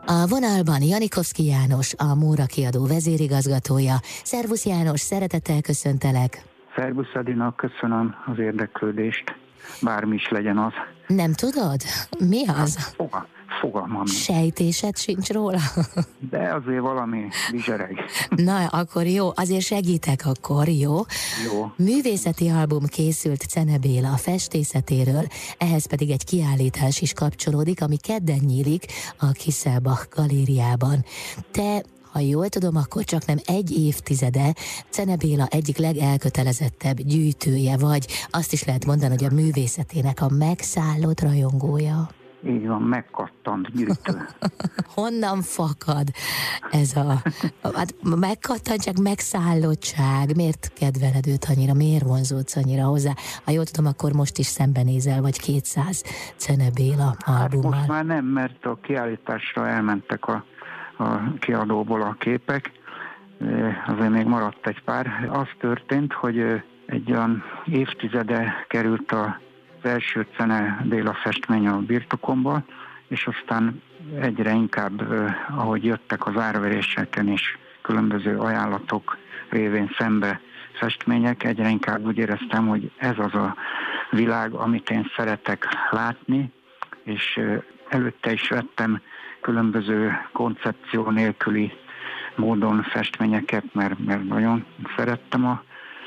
A vonalban Janikovszky János, a Móra Kiadó vezérigazgatója. Szervusz János, szeretettel köszöntelek. Szervusz Adina, köszönöm az érdeklődést, bármi is legyen az. Nem tudod? Mi az? Fogalmam. Sejtésed sincs róla? De azért valami bizsereg. Na, akkor jó, azért segítek akkor, jó? Jó. Művészeti album készült Czene Béla festészetéről, ehhez pedig egy kiállítás is kapcsolódik, ami kedden nyílik a Kisselbach galériában. Te, ha jól tudom, akkor csak nem egy évtizede Czene Béla egyik legelkötelezettebb gyűjtője vagy, azt is lehet mondani, hogy a művészetének a megszállott rajongója. Így van, megkattant gyűjtő. Honnan fakad ez hát megkattant, csak megszállottság? Miért kedveled őt annyira? Miért vonzódsz annyira hozzá? Ha jól tudom, akkor most is szembenézel, vagy 200 Czene Béla albummal. Hát most már nem, mert a kiállításra elmentek a kiadóból a képek. Azért még maradt egy pár. Az történt, hogy egy olyan évtizede került az első Czene Béla festmény a birtokomba, és aztán egyre inkább, ahogy jöttek az árveréseken és különböző ajánlatok révén szembe festmények, egyre inkább úgy éreztem, hogy ez az a világ, amit én szeretek látni, és előtte is vettem különböző koncepció nélküli módon festményeket, mert nagyon szerettem a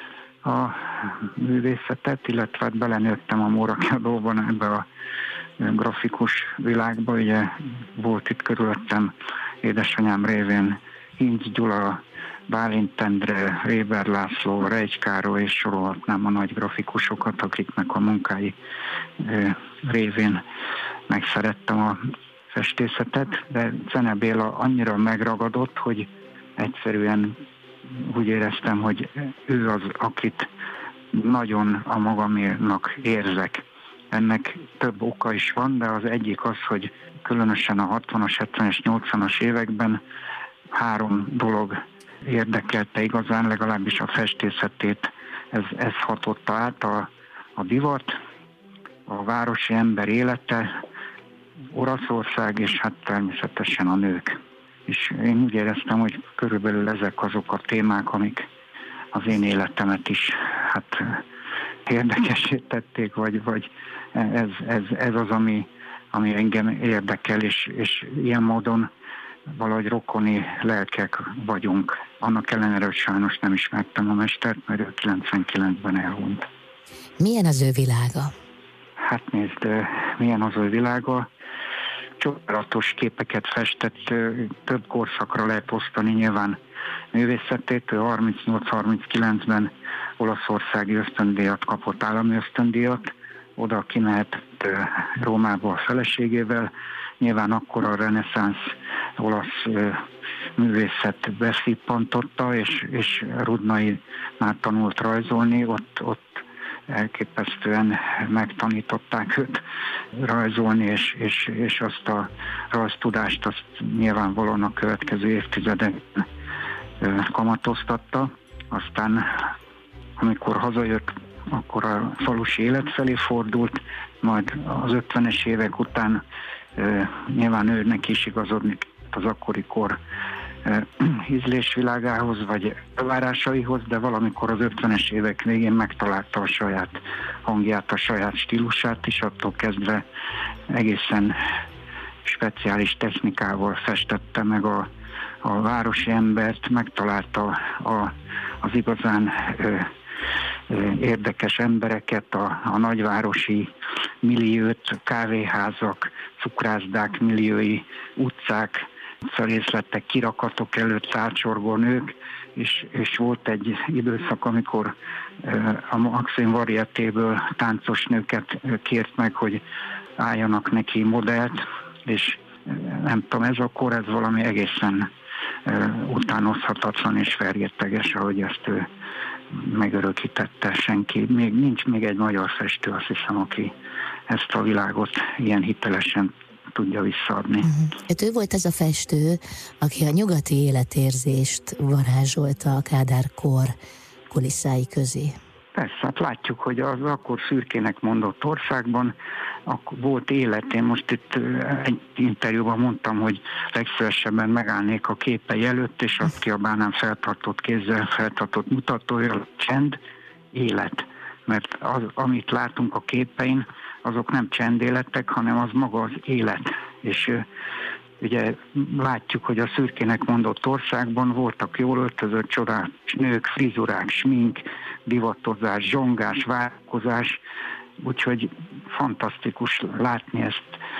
művészetet, illetve belenőttem a Móra Kiadóban ebbe a grafikus világba. Ugye volt itt körülöttem édesanyám révén Hinc Gyula, Bálint Endre, Réber László, Rejcs Károly, és sorolhatnám a nagy grafikusokat, akiknek a munkái révén megszerettem a festészetet, de Czene Béla annyira megragadott, hogy egyszerűen úgy éreztem, hogy ő az, akit nagyon a magaménak érzek. Ennek több oka is van, de az egyik az, hogy különösen a 60-as, 70-es, 80-as években 3 dolog érdekelte igazán, legalábbis a festészetét. Ez hatotta át, a divat, a városi ember élete, Oroszország, és hát természetesen a nők. És én úgy éreztem, hogy körülbelül ezek azok a témák, amik az én életemet is hát érdekessé tették, vagy ez az, ami engem érdekel, és ilyen módon valahogy rokoni lelkek vagyunk. Annak ellenére, hogy sajnos nem ismertem a mestert, mert ő 99-ben elhunyt. Milyen az ő világa? Hát nézd, milyen az ő világa? Csodálatos képeket festett, több korszakra lehet osztani nyilván művészetét. 38-39-ben olaszországi ösztöndíjat kapott, állami ösztöndíjat, oda kimehetett Rómába a feleségével. Nyilván akkor a reneszánsz olasz művészet beszippantotta, és Rudnainál tanult rajzolni, ott elképesztően megtanították őt rajzolni, és azt a rajztudást azt nyilvánvalóan a következő évtizedekben kamatoztatta. Aztán, amikor hazajött, akkor a falusi élet felé fordult, majd az 50-es évek után nyilván őnek is igazodni az akkori kor ízlésvilágához, vagy elvárásaihoz, de valamikor az 50-es évek végén megtalálta a saját hangját, a saját stílusát, és attól kezdve egészen speciális technikával festette meg a városi embert, megtalálta az igazán érdekes embereket, a nagyvárosi milliót, kávéházak, cukrászdák milliói, utcák, utcarészletek, kirakatok előtt tárcsorgó nők, és volt egy időszak, amikor a Maxim Varietéből táncos nőket kért meg, hogy álljanak neki modellt, és nem tudom, ez valami egészen utánozhatatlan és fergeteges, ahogy ezt ő megörökítette. Senki, nincs még egy magyar festő, azt hiszem, aki ezt a világot ilyen hitelesen tudja visszaadni. Hát ő volt ez a festő, aki a nyugati életérzést varázsolta a Kádár kor kulisszái közé. Persze, hát látjuk, hogy az akkor szürkének mondott országban akkor volt élet. Én most itt egy interjúban mondtam, hogy legszívesebben megállnék a képei előtt, és azt kiabálnám feltartott kézzel, feltartott mutatója, csend, élet. Mert az, amit látunk a képein, azok nem csendéletek, hanem az maga az élet. És ugye látjuk, hogy a szürkének mondott országban voltak jól öltözött csodás nők, frizurák, smink, divatozás, zsongás, várakozás, úgyhogy fantasztikus látni ezt,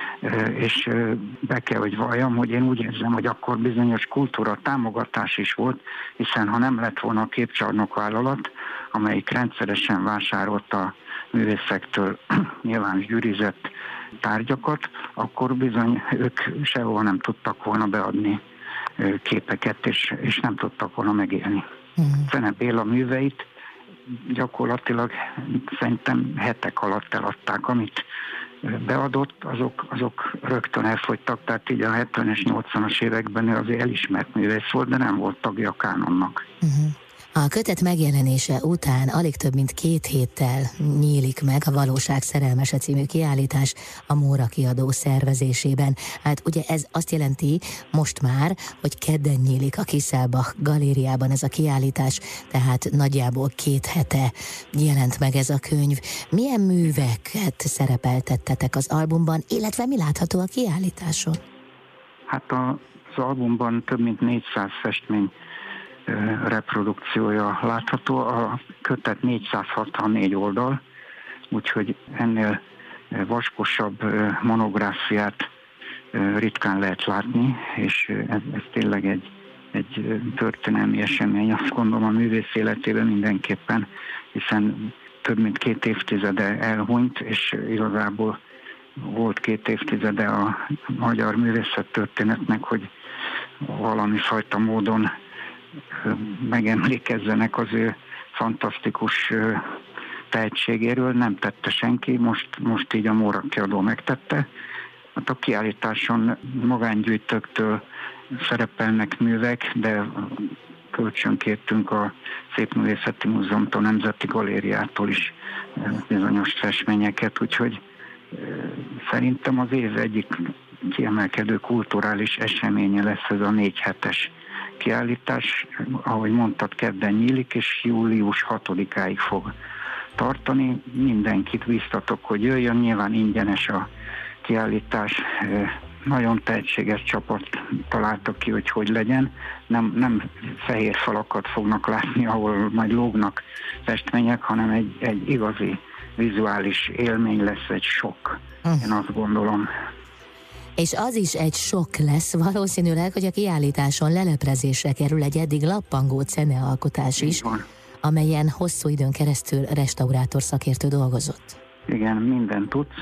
és be kell, hogy valljam, hogy én úgy érzem, hogy akkor bizonyos kultúra támogatás is volt, hiszen ha nem lett volna a képcsarnok vállalat, amelyik rendszeresen vásárolta a művészektől nyilván gyűrizett tárgyakat, akkor bizony ők sehol nem tudtak volna beadni képeket, és nem tudtak volna megélni. Szene Béla műveit gyakorlatilag szerintem hetek alatt eladták, amit beadott, azok rögtön elfogytak, tehát így a 70-es, 80-as években azért elismert művész volt, de nem volt tagja a kánonnak. A kötet megjelenése után alig több mint 2 héttel nyílik meg a Valóság szerelmese című kiállítás a Móra kiadó szervezésében. Hát ugye ez azt jelenti most már, hogy kedden nyílik a Kissel-Bach galériában ez a kiállítás, tehát nagyjából 2 hete jelent meg ez a könyv. Milyen műveket szerepeltettetek az albumban, illetve mi látható a kiállításon? Hát az albumban több mint 400 festmény reprodukciója látható, a kötet 464 oldal, úgyhogy ennél vaskosabb monográfiát ritkán lehet látni, és ez tényleg egy történelmi esemény, azt gondolom a művész életében mindenképpen, hiszen több mint 2 évtizede elhunyt, és igazából volt 2 évtizede a magyar művészettörténetnek, hogy valami fajta módon megemlékezzenek az ő fantasztikus tehetségéről, nem tette senki, most így a Móra kiadó megtette. Hát a kiállításon magángyűjtőktől szerepelnek művek, de kölcsönkértünk a Szépművészeti Múzeumtól, Nemzeti Galériától is bizonyos festményeket, úgyhogy szerintem az év egyik kiemelkedő kulturális eseménye lesz ez a 4 hetes kiállítás, ahogy mondtad, kedden nyílik, és július 6-áig fog tartani. Mindenkit biztatok, hogy jöjjön, nyilván ingyenes a kiállítás, nagyon tehetséges csapat találtak ki, hogy legyen. Nem fehér falakat fognak látni, ahol majd lógnak festmények, hanem egy igazi vizuális élmény lesz, egy sok. Én azt gondolom. És az is egy sok lesz valószínűleg, hogy a kiállításon leleplezésre kerül egy eddig lappangó zenealkotás is, amelyen hosszú időn keresztül restaurátor szakértő dolgozott. Igen, mindent tudsz.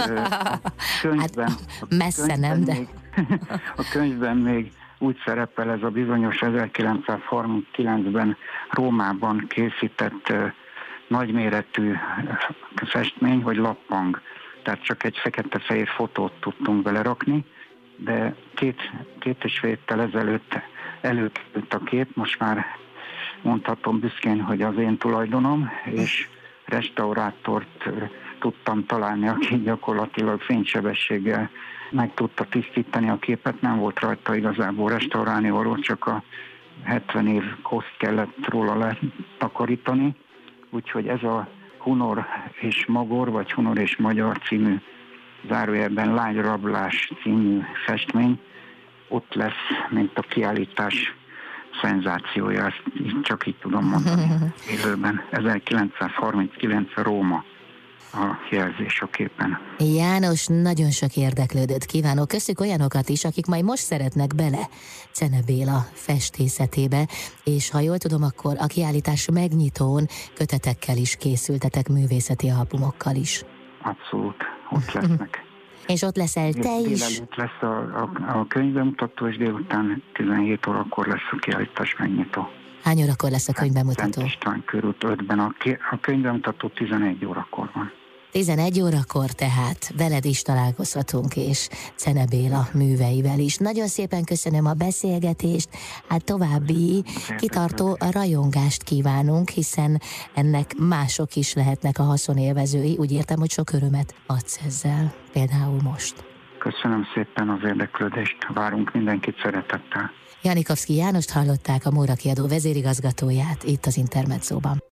A könyvben még úgy szerepel ez a bizonyos 1939-ben Rómában készített nagyméretű festmény, hogy lappang. Tehát csak egy fekete-fehér fotót tudtunk belerakni, de két és fél héttel ezelőtt előkerült a kép, most már mondhatom büszkén, hogy az én tulajdonom, és restaurátort tudtam találni, aki gyakorlatilag fénysebességgel meg tudta tisztítani a képet, nem volt rajta igazából restaurálni való, csak a 70 év koszt kellett róla letakarítani, úgyhogy ez a Hunor és Magor, vagy Hunor és Magyar című, zárójelben Lányrablás című festmény ott lesz, mint a kiállítás szenzációja, ezt csak így tudom mondani élőben. 1939 Róma a jelzés a képen. János, nagyon sok érdeklődőt kívánok. Köszönjük olyanokat is, akik majd most szeretnek bele Szene Béla festészetébe, és ha jól tudom, akkor a kiállítás megnyitón kötetekkel is készültetek, művészeti albumokkal is. Abszolút, ott lesznek. És ott leszel te is? Délelőtt lesz a könyvbemutató, és délután 17 órakor lesz a kiállítás megnyitó. Hány órakor lesz a könyvbemutató? Szent István körút 5-ben, a könyvbemutató 11 órakor van. 11 órakor tehát veled is találkozhatunk, és Czene Béla műveivel is. Nagyon szépen köszönöm a beszélgetést, hát további kitartó rajongást kívánunk, hiszen ennek mások is lehetnek a haszonélvezői. Úgy értem, hogy sok örömet adsz ezzel, például most. Köszönöm szépen az érdeklődést, várunk mindenkit szeretettel. Janikovszky Jánost hallották, a Móra Kiadó vezérigazgatóját itt az Intermedzóban.